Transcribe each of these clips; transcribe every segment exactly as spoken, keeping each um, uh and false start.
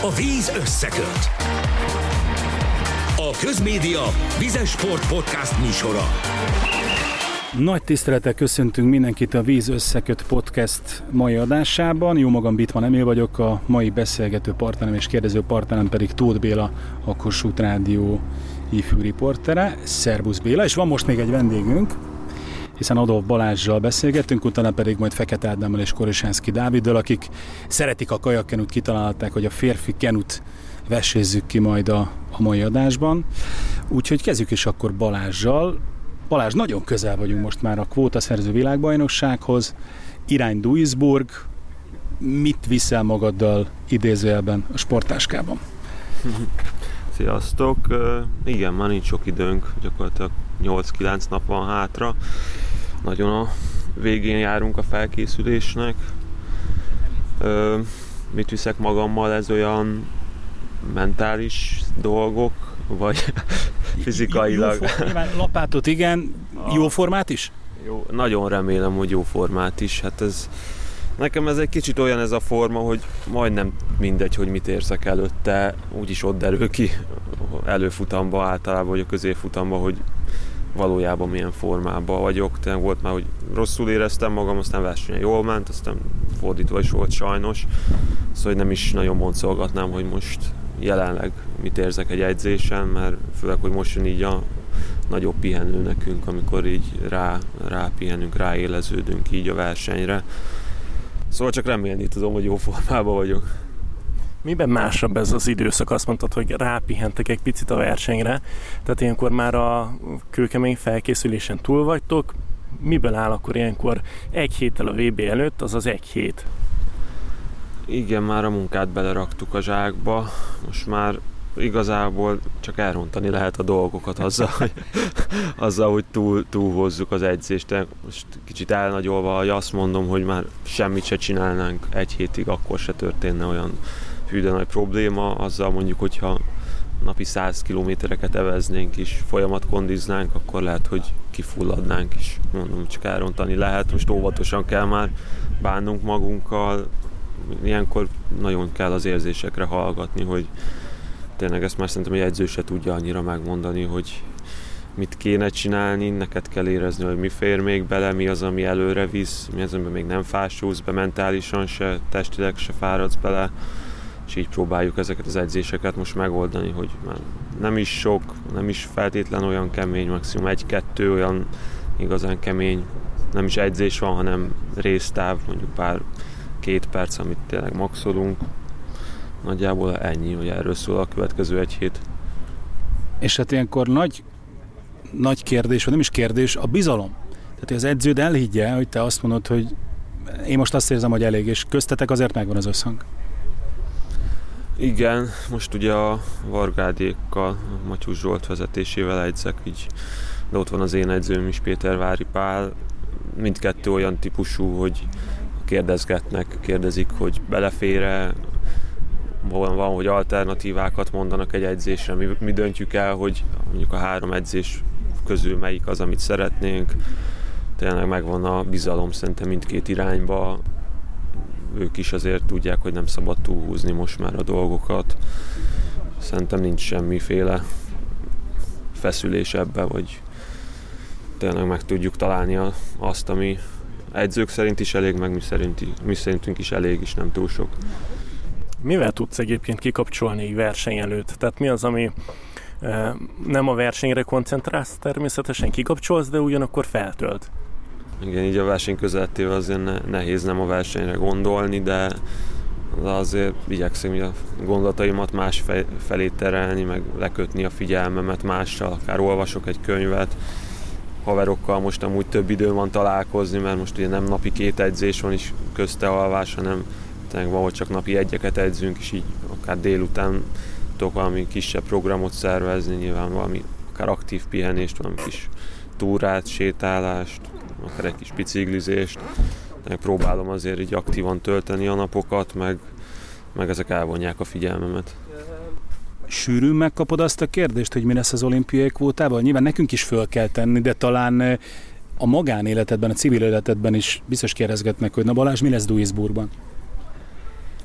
A víz összeköt. A Közmédia Vizes Sport Podcast műsora. Nagy tisztelettel köszöntünk mindenkit a Víz Összeköt Podcast mai adásában. Jó magam, Bitman Emil vagyok, a mai beszélgető partnerem és kérdező partnerem pedig Tóth Béla, a Kossuth Rádió ifjú riportere. Szerbusz Béla, és van most még egy vendégünk, hiszen Adolf Balázssal beszélgettünk, utána pedig majd Fekete Ádámmal és Korisánszky Dáviddal, akik szeretik a kajakkenut, kitalálták, hogy a férfi kenut vesézzük ki majd a, a mai adásban. Úgyhogy kezdjük is akkor Balázssal. Balázs, nagyon közel vagyunk most már a kvótaszerző világbajnoksághoz. Irány Duisburg. Mit viszel magaddal idézőjelben a sporttáskában? Sziasztok! Uh, igen, már nincs sok időnk, gyakorlatilag nyolc-kilenc nap van hátra. Nagyon a végén járunk a felkészülésnek. Uh, mit viszek magammal, ez olyan mentális dolgok, vagy fizikailag? Jó for, lapátot igen, a, jó formát is? Jó, nagyon remélem, hogy jó formát is. Hát ez, nekem ez egy kicsit olyan ez a forma, hogy majdnem mindegy, hogy mit érzek előtte, úgyis ott derül ki előfutamba általában, vagy a középfutamba, hogy valójában milyen formában vagyok. Tehát volt már, hogy rosszul éreztem magam, aztán versenyen jól ment, aztán fordítva is volt sajnos. Szóval nem is nagyon boncolgatnám, hogy most jelenleg mit érzek egy edzésen, mert főleg, hogy most jön így a nagyobb pihenő nekünk, amikor így rá, rá pihenünk, ráéleződünk így a versenyre. Szóval csak remélni tudom, hogy jó formában vagyok. Miben másabb ez az időszak? Azt mondtad, hogy rápihentek egy picit a versenyre, tehát ilyenkor már a kőkemény felkészülésen túl vagytok. Miből áll akkor ilyenkor egy héttel a vé bé előtt, azaz egy hét? Igen, már a munkát beleraktuk a zsákba, most már igazából csak elrontani lehet a dolgokat azzal, hogy, azzal, hogy túl, túlhozzuk az edzést. De most kicsit elnagyolva, hogy azt mondom, hogy már semmit se csinálnánk egy hétig, akkor se történne olyan hű de nagy probléma. Azzal mondjuk, hogyha napi száz kilométereket eveznénk és folyamat kondiznánk, akkor lehet, hogy kifulladnánk is. Mondom, csak elrontani lehet. Most óvatosan kell már bánnunk magunkkal. Ilyenkor nagyon kell az érzésekre hallgatni, hogy tényleg ezt már szerintem egy edző se tudja annyira megmondani, hogy mit kéne csinálni, neked kell érezni, hogy mi fér még bele, mi az, ami előre visz, mi az, amiben még nem fásulsz be mentálisan se, testileg se fáradsz bele, és így próbáljuk ezeket az edzéseket most megoldani, hogy már nem is sok, nem is feltétlen olyan kemény, maximum egy-kettő olyan igazán kemény, nem is edzés van, hanem résztáv, mondjuk pár két perc, amit tényleg maxolunk. Nagyjából ennyi, hogy erről szól a következő egy hét. És hát ilyenkor nagy, nagy kérdés, vagy nem is kérdés, a bizalom. Tehát az edződ elhiggye, hogy te azt mondod, hogy én most azt érzem, hogy elég, és köztetek azért megvan az összhang. Igen, most ugye a Vargádékkal, a Matyus Zsolt vezetésével edzek, így, de ott van az én edzőm is, Pétervári Pál. Mindkettő olyan típusú, hogy kérdezgetnek, kérdezik, hogy belefér-e, van, van, hogy alternatívákat mondanak egy edzésre, mi, mi döntjük el, hogy mondjuk a három edzés közül melyik az, amit szeretnénk. Tényleg megvan a bizalom szerintem mindkét irányba. Ők is azért tudják, hogy nem szabad túlhúzni most már a dolgokat. Szerintem nincs semmiféle feszülés ebbe, vagy tényleg meg tudjuk találni azt, ami edzők szerint is elég, meg mi, szerinti, mi szerintünk is elég, és nem túl sok. Mivel tudsz egyébként kikapcsolni egy verseny előtt? Tehát mi az, ami e, nem a versenyre koncentrálsz, természetesen kikapcsolsz, de ugyanakkor feltölt? Igen, így a verseny közeletével azért ne, nehéz nem a versenyre gondolni, de, de azért igyekszem a gondolataimat más fe, felé terelni, meg lekötni a figyelmemet mással, akár olvasok egy könyvet, haverokkal most amúgy több időm van találkozni, mert most ugye nem napi két edzés van is közte alvás, hanem tényleg van, hogy csak napi egyeket edzünk, és így akár délután tudok valami kisebb programot szervezni, nyilván valami akár aktív pihenést, valami kis túrát, sétálást, akár egy kis biciklizést. De próbálom azért így aktívan tölteni a napokat, meg, meg ezek elvonják a figyelmemet. Sűrűn megkapod azt a kérdést, hogy mi lesz az olimpiai kvótában? Nyilván nekünk is föl kell tenni, de talán a magánéletedben, a civil életedben is biztos kérdezgetnek, hogy na Balázs, mi lesz Duisburgban?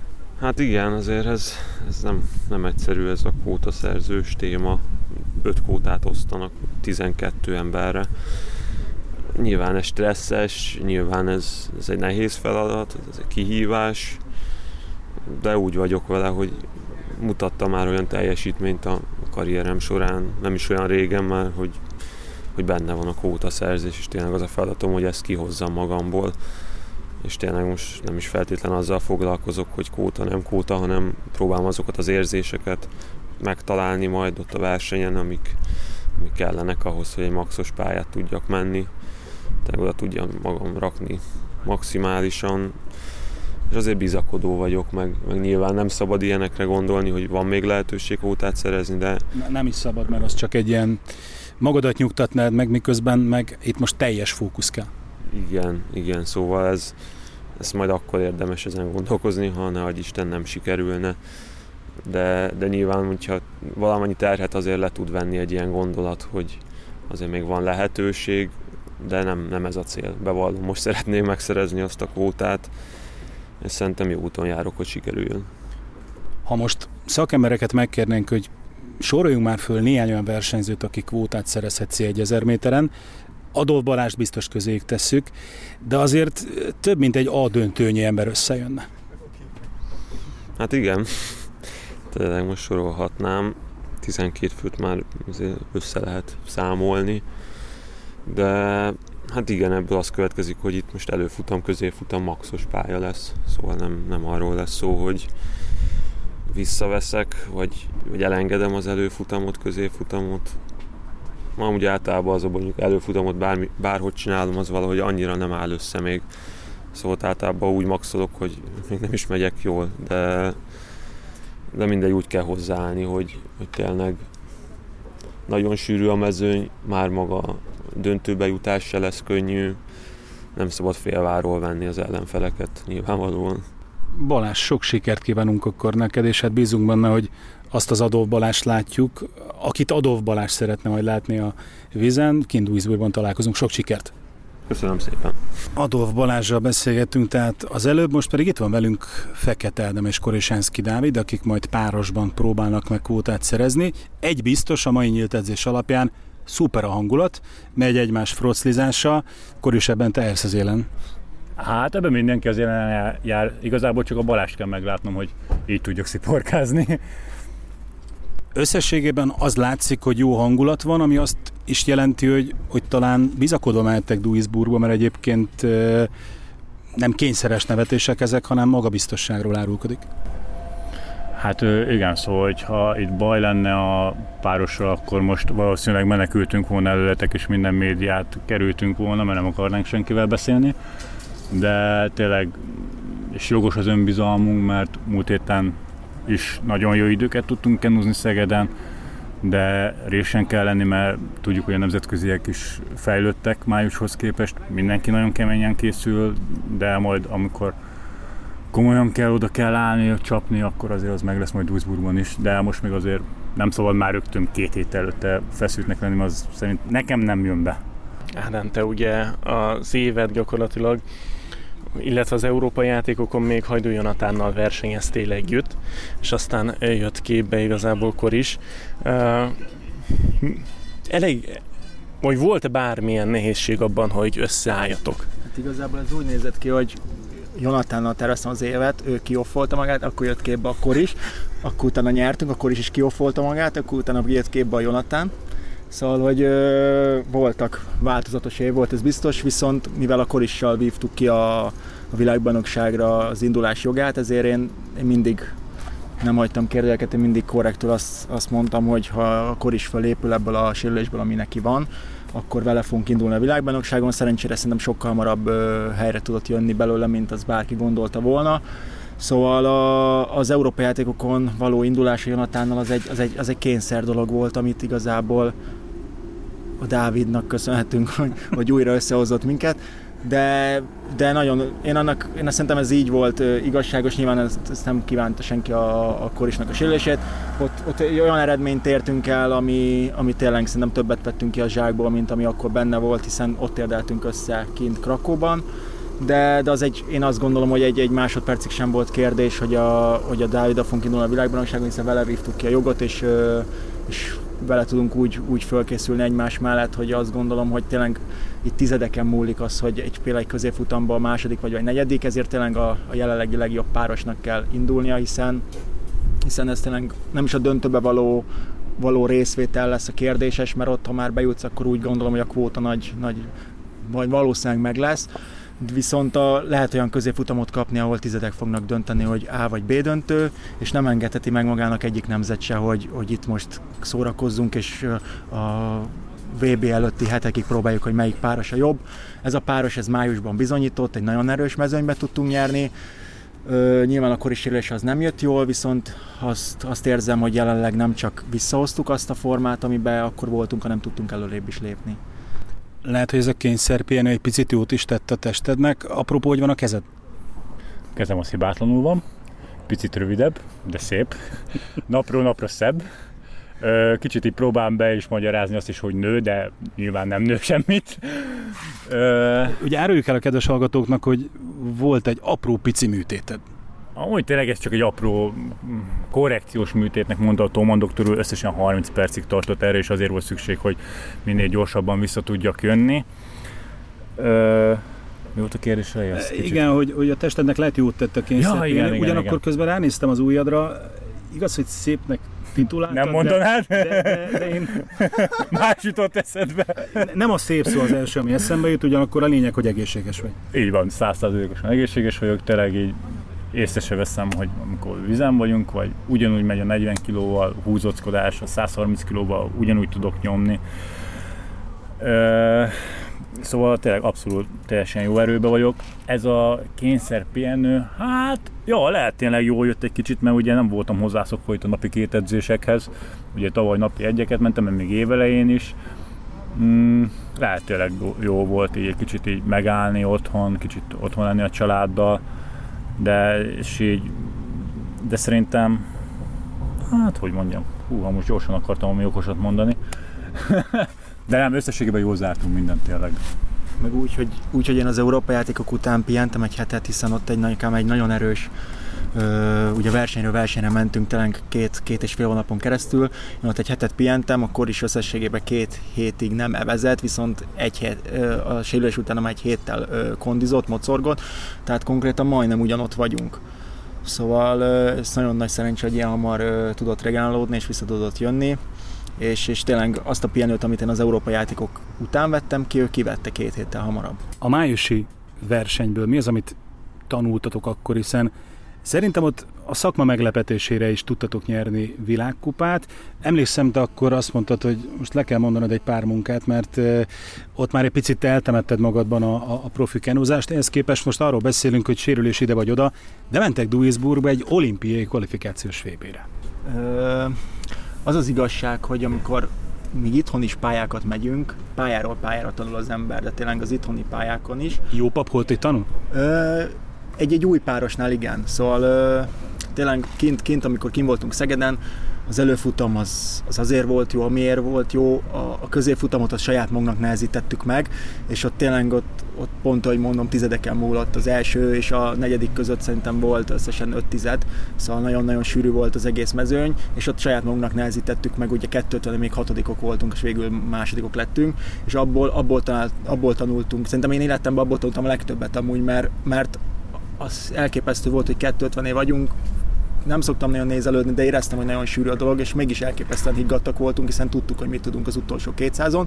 Hát igen, azért ez, ez nem, nem egyszerű ez a kvótaszerzős téma. Öt kvótát osztanak tizenkettő emberre. Nyilván ez stresszes, nyilván ez, ez egy nehéz feladat, ez egy kihívás, de úgy vagyok vele, hogy mutattam már olyan teljesítményt a karrierem során, nem is olyan régen már, hogy, hogy benne van a kvótaszerzés, és tényleg az a feladatom, hogy ezt kihozzam magamból. És tényleg most nem is feltétlenül azzal foglalkozok, hogy kvóta, nem kvóta, hanem próbálom azokat az érzéseket megtalálni majd ott a versenyen, amik, amik kellenek ahhoz, hogy egy maxos pályát tudjak menni. Tehát oda tudjam magam rakni maximálisan. És azért bizakodó vagyok, meg, meg nyilván nem szabad ilyenekre gondolni, hogy van még lehetőség kvótát szerezni, de... Nem is szabad, mert az csak egy ilyen magadat nyugtatnád meg, miközben meg itt most teljes fókusz kell. Igen, igen, szóval ez, ez majd akkor érdemes ezen gondolkozni, ha ne adj Isten nem sikerülne. De, de nyilván, hogyha valamennyi terhet azért le tud venni egy ilyen gondolat, hogy azért még van lehetőség, de nem, nem ez a cél. Bevallom, most szeretném megszerezni azt a kvótát, és szerintem jó úton járok, hogy sikerüljön. Ha most szakembereket megkérnénk, hogy soroljunk már föl néhány olyan versenyzőt, aki kvótát szerezhet cé ezer méteren, Adolf Balást biztos közéjük tesszük, de azért több mint egy A döntőnyi ember összejönne. Hát igen, tényleg most sorolhatnám, tizenkét főt már össze lehet számolni, de hát igen, ebből az következik, hogy itt most előfutam, középfutam, maxos pálya lesz, szóval nem, nem arról lesz szó, hogy visszaveszek, vagy, vagy elengedem az előfutamot, középfutamot. Ma ugye általában az a mondjuk előfutamot bármi, bárhogy csinálom, az valahogy annyira nem áll össze még. Szóval általában úgy maxolok, hogy még nem is megyek jól, de, de mindegy, úgy kell hozzáállni, hogy, hogy tényleg nagyon sűrű a mezőny, már maga döntőbe jutás se lesz könnyű, nem szabad félváról venni az ellenfeleket nyilvánvalóan. Balázs, sok sikert kívánunk akkor neked, és hát bízunk benne, hogy azt az Adolf Balást látjuk, akit Adolf Balázs szeretne majd látni a vízen. Kint Duisburgban találkozunk. Sok sikert! Köszönöm szépen! Adolf Balázsral beszélgettünk, tehát az előbb, most pedig itt van velünk Fekete Ádám és Korisánszky Dávid, akik majd párosban próbálnak meg kvótát szerezni. Egy biztos, a mai nyílt edzés alapján szuper a hangulat, megy egymás froclizása. Koris, ebben te elsz az élen. Hát ebben mindenki az élen jár. Igazából csak a Balást kell meglátnom, hogy így tudjuk sziporkázni. Összességében az látszik, hogy jó hangulat van, ami azt is jelenti, hogy, hogy talán bizakodva mehettek Duisburgba, mert egyébként nem kényszeres nevetések ezek, hanem magabiztosságról árulkodik. Hát igen, szóval, hogyha itt baj lenne a párosra, akkor most valószínűleg menekültünk volna előletek, és minden médiát kerültünk volna, mert nem akarnánk senkivel beszélni. De tényleg, és jogos az önbizalmunk, mert múlt héten is nagyon jó időket tudtunk kenúzni Szegeden, de résen kell lenni, mert tudjuk, hogy a nemzetköziek is fejlődtek májushoz képest, mindenki nagyon keményen készül, de majd amikor komolyan kell, oda kell állni, csapni, akkor azért az meg lesz majd Duisburgban is, de most még azért nem szabad már rögtön két hét előtte feszültnek lenni, az szerint nekem nem jön be. Ádám, te ugye az évet gyakorlatilag, illetve az európai játékokon még Hajdú Jonatánnal versenyeztél együtt, és aztán jött képbe igazából Koris. Uh, elég, vagy volt-e bármilyen nehézség abban, hogy összeálljatok? Hát igazából ez úgy nézett ki, hogy Jonatánnal terveztem az évet, ő kioffolta magát, akkor jött képbe a Koris, akkor utána nyertünk, a Koris is kioffolta magát, akkor utána jött képbe a Jonatán. Szóval, hogy ö, voltak változatos év, volt ez biztos, viszont mivel a Korissal vívtuk ki a, a világbajnokságra az indulás jogát, ezért én, én mindig nem hagytam kérdőjeleket, én mindig korrektül azt, azt mondtam, hogy ha a Koris felépül ebből a sérülésből, ami neki van, akkor vele fogunk indulni a világbajnokságon. Szerencsére szerintem sokkal hamarabb ö, helyre tudott jönni belőle, mint az bárki gondolta volna. Szóval a, az európai játékokon való indulása Jonatánnal az egy, az, egy, az egy kényszer dolog volt, amit igazából a Dávidnak köszönhetünk, hogy, hogy újra összehozott minket, de, de nagyon, én annak, én azt szerintem ez így volt igazságos, nyilván ezt, ezt nem kívánta senki a, a Korisnak a sérülését. Ott, ott olyan eredményt értünk el, ami, ami tényleg szerintem többet vettünk ki a zsákból, mint ami akkor benne volt, hiszen ott érdeltünk össze kint Krakóban. de, de az egy, én azt gondolom, hogy egy, egy másodpercig sem volt kérdés, hogy a, hogy a Dávida fogunk indulni a világbajnokságon, hiszen vele vívtuk ki a jogot, és, és vele tudunk úgy, úgy fölkészülni egymás mellett, hogy azt gondolom, hogy tényleg itt tizedeken múlik az, hogy egy például egy középfutamban a második vagy a negyedik, ezért tényleg a, a jelenlegi legjobb párosnak kell indulnia, hiszen, hiszen ez tényleg nem is a döntőbe való, való részvétel lesz a kérdéses, mert ott, ha már bejutsz, akkor úgy gondolom, hogy a kvóta nagy, nagy vagy valószínűleg meg lesz. Viszont a, lehet olyan középfutamot kapni, ahol tizedek fognak dönteni, hogy A vagy B döntő, és nem engedheti meg magának egyik nemzet se, hogy, hogy itt most szórakozzunk, és a vé bé előtti hetekig próbáljuk, hogy melyik páros a jobb. Ez a páros, ez májusban bizonyított, egy nagyon erős mezőnybe tudtunk nyerni. Ö, nyilván a korisérülés az nem jött jól, viszont azt, azt érzem, hogy jelenleg nem csak visszahoztuk azt a formát, amiben akkor voltunk, hanem tudtunk előrébb is lépni. Lehet, hogy ez a kényszerpihenő egy picit jót is tett a testednek. Apropó, hogy van a kezed? Kezem az hibátlanul van, picit rövidebb, de szép. Napról napra szebb. Kicsit így próbálom be is magyarázni azt is, hogy nő, de nyilván nem nő semmit. Ugye áruljuk el a kedves hallgatóknak, hogy volt egy apró pici műtéted. Amúgy tényleg ez csak egy apró korrekciós műtétnek mondható, a doktor úr, összesen harminc percig tartott erre, és azért volt szükség, hogy minél gyorsabban vissza tudjak jönni. Ö, mi volt a kérdésre? Igen, hogy, hogy a testednek lehet jót tett a kényszerpihenő. Ja, igen, ugyanakkor igen. Közben ránéztem az ujjadra, igaz, hogy szépnek tituláltad. Nem mondanád? De, de, de, de én... Más jutott eszedbe. Nem a szép szó az első, ami eszembe jut, ugyanakkor a lényeg, hogy egészséges vagy. Így van, száz százalékosan egészséges vagyok, tényleg így észre se veszem, hogy amikor vizen vagyunk, vagy ugyanúgy megy a negyven kilóval húzockodás, a száz harminc kilóval ugyanúgy tudok nyomni. Ö, szóval tényleg abszolút teljesen jó erőben vagyok. Ez a kényszerpihenő, hát ja, lehet tényleg jól jött egy kicsit, mert ugye nem voltam hozzászokva itt a napi két edzésekhez. Ugye tavaly napi egyeket mentem, még évelején is. Mm, lehet tényleg jó volt így egy kicsit így megállni otthon, kicsit otthon lenni a családdal. De, és így, de szerintem, hát hogy mondjam, hú, ha most gyorsan akartam valami okosat mondani, de nem, összességében jól zártunk mindent tényleg. Meg úgy, hogy, úgy, hogy én az Európa játékok után pihentem egy hetet, hiszen ott egy, egy nagyon erős, ö, ugye versenyről versenyre mentünk tényleg két, két és fél hónapon keresztül, én ott egy hetet pihentem, akkor is összességében két hétig nem evezett, viszont egy hét, ö, a sérülés után egy héttel ö, kondizott, mocorgott, tehát konkrétan majdnem ugyanott vagyunk. Szóval ö, ez nagyon nagy szerencsé, hogy ilyen hamar ö, tudott regenerálódni és vissza tudott jönni. És, és tényleg azt a pihenőt, amit én az Európa játékok után vettem ki, ő kivette két héttel hamarabb. A májusi versenyből mi az, amit tanultatok akkor, hiszen szerintem ott a szakma meglepetésére is tudtatok nyerni világkupát. Emlékszem, te akkor azt mondtad, hogy most le kell mondanod egy pár munkát, mert ott már egy picit te eltemetted magadban a, a profi kenózást. Ehhez képest most arról beszélünk, hogy sérülés ide vagy oda, de mentek Duisburgba egy olimpiai kvalifikációs vé bére. Ö... Az az igazság, hogy amikor mi itthon is pályákat megyünk, pályáról pályára tanul az ember, de tényleg az itthoni pályákon is. Jó pap volt egy tanul? Egy-egy új párosnál igen. Szóval ö, tényleg kint, kint, amikor kint voltunk Szegeden, az előfutam az, az azért volt jó, miért volt jó, a, a középfutamot a saját magunknak nehezítettük meg, és ott tényleg ott, ott pont, ahogy mondom, tizedeken múlott az első és a negyedik között szerintem volt összesen öt tized, szóval nagyon-nagyon sűrű volt az egész mezőny, és ott saját magunknak nehezítettük meg, ugye kettőtől még hatodikok voltunk, és végül másodikok lettünk, és abból, abból, tanált, abból tanultunk, szerintem én életemben abból tanultam a legtöbbet amúgy, mert, mert az elképesztő volt, hogy kettőötvené vagyunk, nem szoktam nagyon nézelődni, de éreztem, hogy nagyon sűrű a dolog, és mégis elképesztően higgadtak voltunk, hiszen tudtuk, hogy mit tudunk az utolsó kétszázon.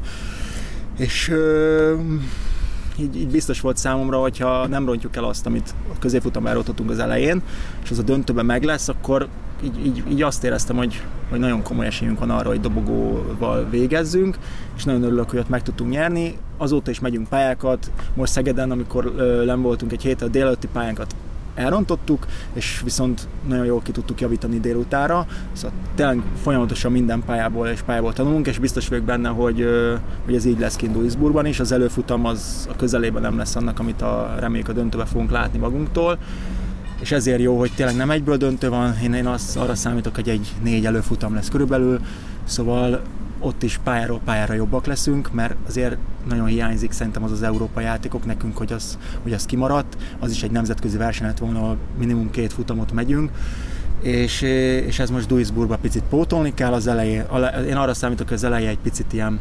És ö, így, így biztos volt számomra, hogyha nem rontjuk el azt, amit a középfutamban elrontottunk az elején, és az a döntőben meg lesz, akkor így, így, így azt éreztem, hogy, hogy nagyon komoly esélyünk van arra, hogy dobogóval végezzünk, és nagyon örülök, hogy ott meg tudtunk nyerni. Azóta is megyünk pályákat, most Szegeden, amikor nem voltunk egy héttel, délelőtti pályánkat elrontottuk, és viszont nagyon jól ki tudtuk javítani délutára, szóval tényleg folyamatosan minden pályából és pályából tanulunk, és biztos vagyok benne, hogy, hogy ez így lesz kint Duisburgban is, az előfutam az a közelében nem lesz annak, amit a, reméljük a döntőbe fogunk látni magunktól, és ezért jó, hogy tényleg nem egyből döntő van, én, én azt, arra számítok, hogy egy négy előfutam lesz körülbelül, szóval ott is pályáról pályára jobbak leszünk, mert azért nagyon hiányzik szerintem az az Európa játékok nekünk, hogy az, hogy az kimaradt. Az is egy nemzetközi verseny lett volna, ahol minimum két futamot megyünk. És, és ez most Duisburgba picit pótolni kell az elején. Én arra számítok, hogy az eleje egy picit ilyen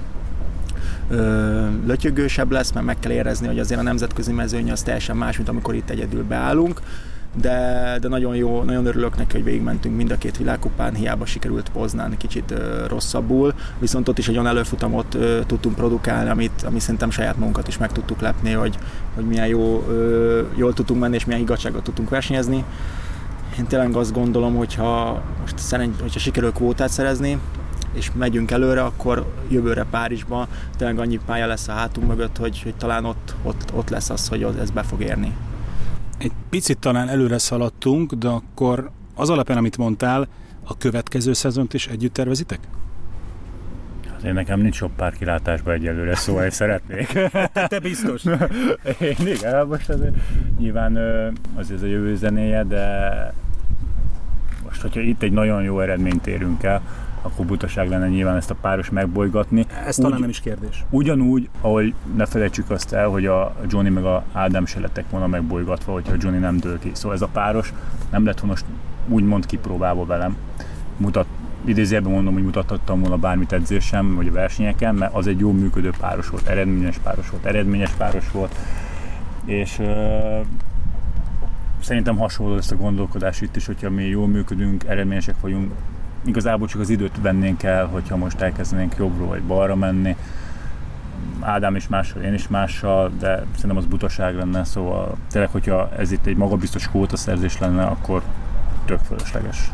ö, lötyögősebb lesz, mert meg kell érezni, hogy azért a nemzetközi mezőny az teljesen más, mint amikor itt egyedül beállunk. De, de nagyon jó, nagyon örülök neki, hogy végigmentünk mind a két világkupán, hiába sikerült Poznán kicsit ö, rosszabbul, viszont ott is egy olyan előfutamot ö, tudtunk produkálni, amit, amit szerintem saját magunkat is meg tudtuk lepni, hogy, hogy milyen jó, ö, jól tudtunk menni, és milyen igazságot tudtunk versenyezni. Én tényleg azt gondolom, hogyha, most szerencs, hogyha sikerül kvótát szerezni, és megyünk előre, akkor jövőre Párizsban tényleg annyi pálya lesz a hátunk mögött, hogy, hogy talán ott, ott, ott lesz az, hogy ez be fog érni. Egy picit talán előre szaladtunk, de akkor az alapján, amit mondtál, a következő szezont is együtt tervezitek? Hát én nekem nincs jobb párkilátásban egyelőre, szóval én szeretnék. Te biztos. Én igen, most azért nyilván az ez a jövő zenéje, de most, hogyha itt egy nagyon jó eredményt érünk el, akkor butaság lenne nyilván ezt a páros megbolygatni. Ez talán nem is kérdés. Ugyanúgy, ahogy ne felejtsük azt el, hogy a Johnny meg a Ádám se lettek volna megbolygatva, hogyha a Johnny nem dől ki. Szóval ez a páros nem lett volna most úgymond kipróbálva velem. Mutat, idézőjelben mondom, hogy mutathattam volna bármit edzésem, vagy a versenyeken, mert az egy jó működő páros volt, eredményes páros volt, eredményes páros volt. És uh, szerintem hasonló lesz a gondolkodás itt is, hogyha mi jól működünk, eredményesek vagyunk, igazából csak az időt vennénk el, hogyha most elkezdenénk jobbról vagy balra menni. Ádám is mással, én is mással, de szerintem az butaság lenne, szóval tényleg, hogyha ez itt egy magabiztos kvótaszerzés lenne, akkor tök fölösleges.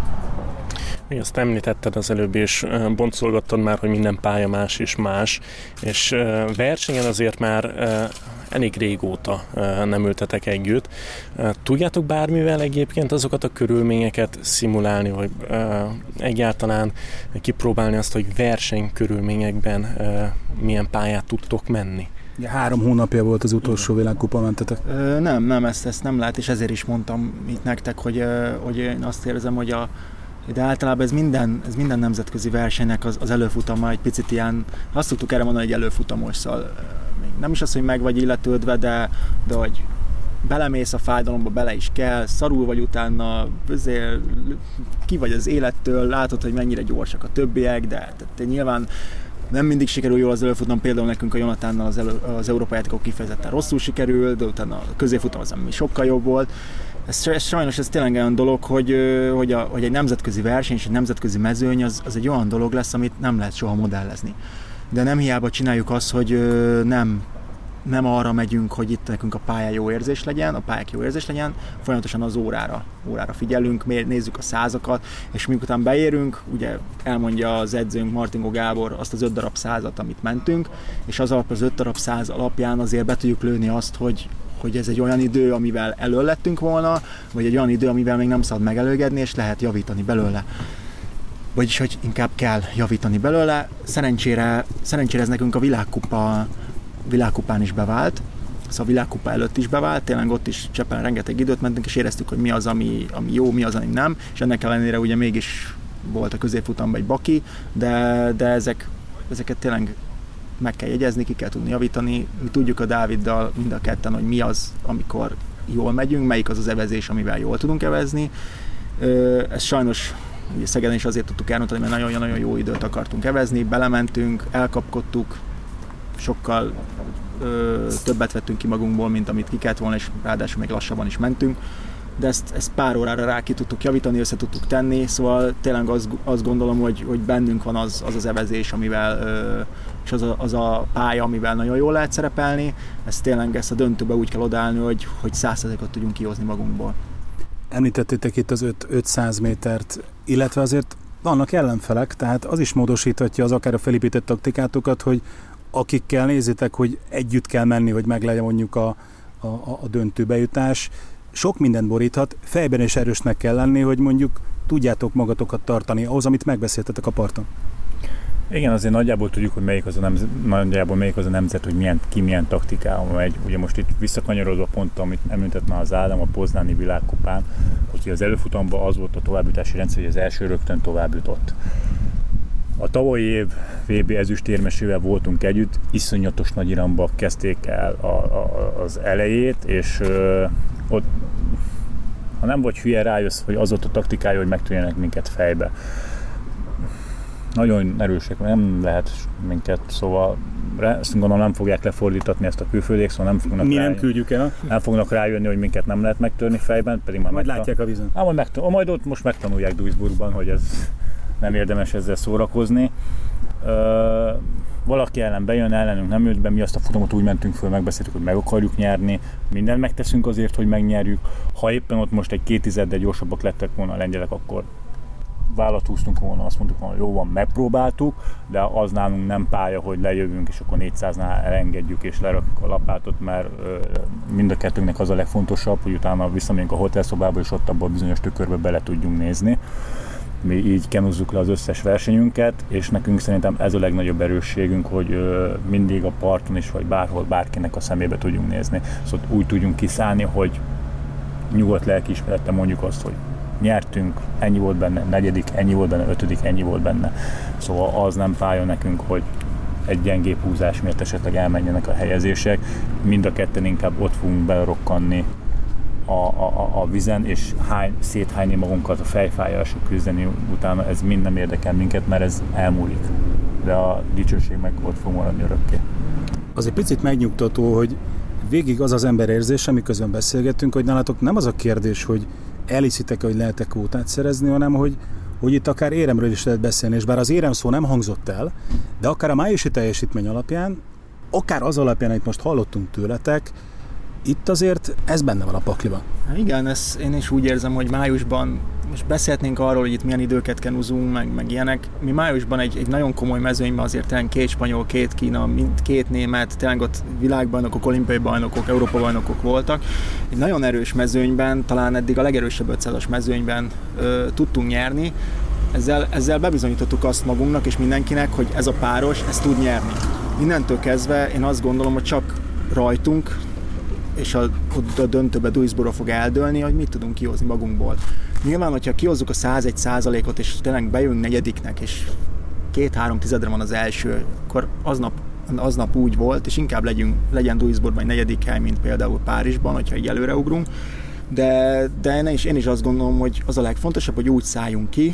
Még azt említetted az előbb, és boncolgattad már, hogy minden pálya más és más, és versenyen azért már elég régóta nem ültetek együtt. Tudjátok bármivel egyébként azokat a körülményeket szimulálni, vagy egyáltalán kipróbálni azt, hogy versenykörülményekben milyen pályát tudtok menni? Ja, három hónapja volt az utolsó világkupa, mentetek. Ö, nem, nem, ezt, ezt nem lehet, és ezért is mondtam itt nektek, hogy, hogy én azt érzem, hogy a de általában ez minden, ez minden nemzetközi versenynek az, az előfutama egy picit ilyen, azt szoktuk erre mondani, hogy előfutamos, szóval nem is az, hogy meg vagy illetődve, de, de hogy belemész a fájdalomba, bele is kell, szarul vagy utána, azért ki vagy az élettől, látod, hogy mennyire gyorsak a többiek, de tehát nyilván nem mindig sikerül jól az előfutam, például nekünk a Jonatánnal az, elő, az Európa játékok kifejezetten rosszul sikerül, de utána a középfutam az, ami sokkal jobb volt. Ez, ez sajnos ez tényleg olyan dolog, hogy, hogy, a, hogy egy nemzetközi verseny és egy nemzetközi mezőny az, az egy olyan dolog lesz, amit nem lehet soha modellezni. De nem hiába csináljuk azt, hogy nem, nem arra megyünk, hogy itt nekünk a pálya jó érzés legyen, a pályák jó érzés legyen, folyamatosan az órára, órára figyelünk, nézzük a százakat, és miután beérünk, ugye elmondja az edzőnk Martingó Gábor azt az öt darab százat, amit mentünk, és az alap az öt darab száz alapján azért be tudjuk lőni azt, hogy hogy ez egy olyan idő, amivel elől lettünk volna, vagy egy olyan idő, amivel még nem szabad megelőgedni, és lehet javítani belőle. Vagyis, hogy inkább kell javítani belőle. Szerencsére, szerencsére ez nekünk a világkupa, világkupán is bevált, szóval a világkupa előtt is bevált, tényleg ott is Csepelen rengeteg időt mentünk, és éreztük, hogy mi az, ami, ami jó, mi az, ami nem, és ennek ellenére ugye mégis volt a középfutamban egy baki, de, de ezek, ezeket tényleg meg kell jegyezni, ki kell tudni javítani. Mi tudjuk a Dáviddal mind a ketten, hogy mi az, amikor jól megyünk, melyik az az evezés, amivel jól tudunk evezni. Ez sajnos ugye Szegeden is azért tudtuk elmondani, mert nagyon-nagyon jó időt akartunk evezni, belementünk, elkapkodtuk, sokkal ö, többet vettünk ki magunkból, mint amit ki kellett volna, és ráadásul még lassabban is mentünk. De ezt, ezt pár órára rá ki tudtuk javítani, össze tudtuk tenni, szóval tényleg azt, azt gondolom, hogy, hogy bennünk van az az, az evezés, amivel, ö, és az a, az a pálya, amivel nagyon jól lehet szerepelni. Ezt tényleg ezt a döntőbe úgy kell odállni, hogy, hogy száz százalékot tudjunk kihozni magunkból. Említettétek itt az ötszáz métert, illetve azért vannak ellenfelek, tehát az is módosíthatja az akár a felépített taktikátokat, hogy akikkel nézitek, hogy együtt kell menni, hogy meg legyen mondjuk a, a, a döntőbejutás. Sok mindent boríthat, fejben is erősnek kell lenni, hogy mondjuk tudjátok magatokat tartani ahhoz, amit megbeszéltetek a parton. Igen, azért nagyjából tudjuk, hogy melyik az a nemzet, nagyjából melyik az a nemzet, hogy milyen, ki milyen taktikával megy. Ugye most itt visszakanyarodva pont, amit említett már az Ádám, a poznáni világkupán, hogy az előfutamban az volt a továbbjutási rendszer, hogy az első rögtön tovább jutott. A tavalyi év vé bé ezüstérmesével voltunk együtt, iszonyatos nagy iramba kezdték el a, a, az elejét, és ö, ott, ha nem vagy hülye, rájössz, hogy az ott a taktikája, hogy megtűnjenek minket fejbe. Nagyon erősek, nem lehet minket, szóval ezt gondolom nem fogják lefordítatni ezt a külföldiek, szóval nem fognak Mi rájönni, nem küldjük el. nem fognak rájönni, hogy minket nem lehet megtörni fejben, pedig már Majd megtan- látják a vízen. Á, majd, megtan- majd ott most megtanulják Duisburgban, hogy ez nem érdemes ezzel szórakozni. Ö, valaki ellen bejön, ellenünk nem jött be, mi azt a futamot úgy mentünk föl, megbeszéltük, hogy meg akarjuk nyerni, mindent megteszünk azért, hogy megnyerjük. Ha éppen ott most egy két tizeddel gyorsabbak lettek volna a lengyelek, akkor vállat húztunk volna, azt mondtuk volna, jó van, megpróbáltuk, de az nálunk nem pálya, hogy lejövünk, és akkor négyszáznál elengedjük és lerakjuk a lapátot, mert ö, mind a kettőnknek az a legfontosabb, hogy utána visszamegyünk a hotelszobába, és ott abban a bizonyos tükörbe bele tudjunk nézni. Mi így kenúzzuk le az összes versenyünket, és nekünk szerintem ez a legnagyobb erősségünk, hogy ö, mindig a parton is, vagy bárhol, bárkinek a szemébe tudjunk nézni. Szóval úgy tudjunk kiszállni, hogy nyugodt lelkiismerettel mondjuk azt, hogy nyertünk, ennyi volt benne, negyedik, ennyi volt benne, ötödik, ennyi volt benne. Szóval az nem pálya nekünk, hogy egy gyengébb húzás miatt esetleg elmenjenek a helyezések. Mind a ketten inkább ott fogunk belerokkanni a, a, a vizen, és hány, széthányni magunkat a fejfájások küzdeni utána, ez mind nem érdekel minket, mert ez elmúlik. De a dicsőség meg ott fog maradni örökké. Az egy picit megnyugtató, hogy végig az az emberérzés, amiközben beszélgettünk, hogy nálatok nem az a kérdés, hogy elhiszitek, hogy lehet-e kvótát szerezni, hanem hogy, hogy itt akár éremről is lehet beszélni, és bár az érem szó nem hangzott el, de akár a májusi teljesítmény alapján, akár az alapján, amit most hallottunk tőletek, itt azért ez benne van a pakliban. Igen, ezt én is úgy érzem, hogy májusban most beszélhetnénk arról, hogy itt milyen időket kenuzunk, meg, meg ilyenek. Mi májusban egy, egy nagyon komoly mezőnyben azért tényleg két spanyol, két kína, mind, két német, tényleg ott világbajnokok, olimpiai bajnokok, Európa bajnokok voltak. Egy nagyon erős mezőnyben, talán eddig a legerősebb ötszázas mezőnyben ö, tudtunk nyerni. Ezzel, ezzel bebizonyítottuk azt magunknak és mindenkinek, hogy ez a páros, ez tud nyerni. Innentől kezdve én azt gondolom, hogy csak rajtunk, és a, a döntőbe Duisburgba fog eldőlni, hogy mit tudunk kihozni magunkból. Nyilván, hogyha kihozzuk a százegy százalékot, és tényleg bejön negyediknek, és két-három tizedre van az első, akkor aznap, aznap úgy volt, és inkább legyünk, legyen Duisburgban egy negyedik hely, mint például Párizsban, hogyha így előreugrunk. De, de én, is, én is azt gondolom, hogy az a legfontosabb, hogy úgy szálljunk ki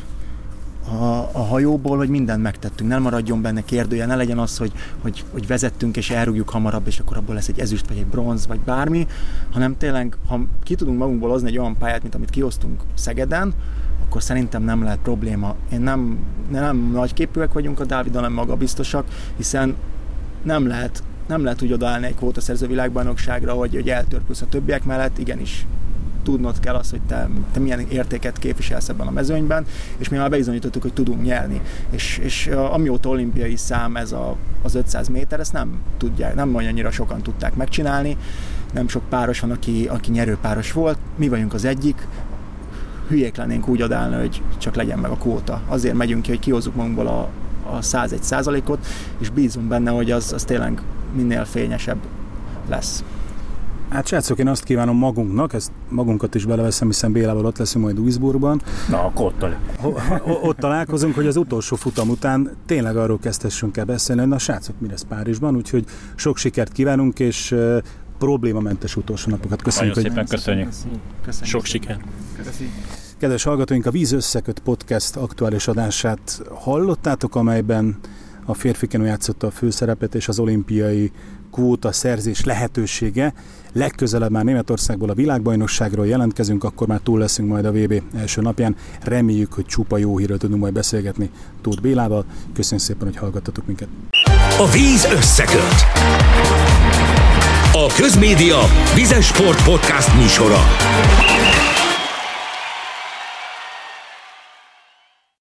a, a hajóból, hogy mindent megtettünk, ne maradjon benne kérdője, ne legyen az, hogy, hogy, hogy vezettünk és elrúgjuk hamarabb, és akkor abból lesz egy ezüst, vagy egy bronz, vagy bármi, hanem tényleg, ha ki tudunk magunkból hozni egy olyan pályát, mint amit kihoztunk Szegeden, akkor szerintem nem lehet probléma. Én nem, nem nagyképűek vagyunk a Dáviddal, nem magabiztosak, hiszen nem lehet, nem lehet úgy odaállni egy kvótaszerző világbajnokságra, hogy, hogy eltörpülsz a többiek mellett, igenis tudnod kell azt, hogy te, te milyen értéket képviselsz ebben a mezőnyben, és mi már bebizonyítottuk, hogy tudunk nyerni. És, és amióta olimpiai szám ez a, az ötszáz méter, ezt nem tudják, nem annyira sokan tudták megcsinálni, nem sok páros van, aki, aki nyerőpáros volt, mi vagyunk az egyik, hülyék lennénk úgy odállni, hogy csak legyen meg a kvóta. Azért megyünk ki, hogy kihozzuk magunkból a, a százegy százalékot, és bízunk benne, hogy az, az tényleg minél fényesebb lesz. Hát srácok, én azt kívánom magunknak, ezt magunkat is beleveszem, hiszen Bélával ott leszünk majd Duisburgban. Na, akkor ott, talál. ott találkozunk, hogy az utolsó futam után tényleg arról kezdhessünk el beszélni, hogy na srácok, mi lesz Párizsban, úgyhogy sok sikert kívánunk, és uh, problémamentes utolsó napokat. Köszönjük, nagyon hogy... szépen köszönjük. Köszönjük. Sok siker. Köszönjük. Kedves hallgatóink, a Víz Összeköt podcast aktuális adását hallottátok, amelyben a férfi kenu játszotta a főszerepet, és az olimpiai kvóta szerzés lehetősége. Legközelebb már Németországból a világbajnokságról jelentkezünk, akkor már túl leszünk majd a vé bé első napján. Reméljük, hogy csupa jó hírről tudunk majd beszélgetni Tóth Bélával. Köszönjük szépen, hogy hallgattatok minket. A Víz Összeköt. A Közmédia Vizes Sport Podcast műsora.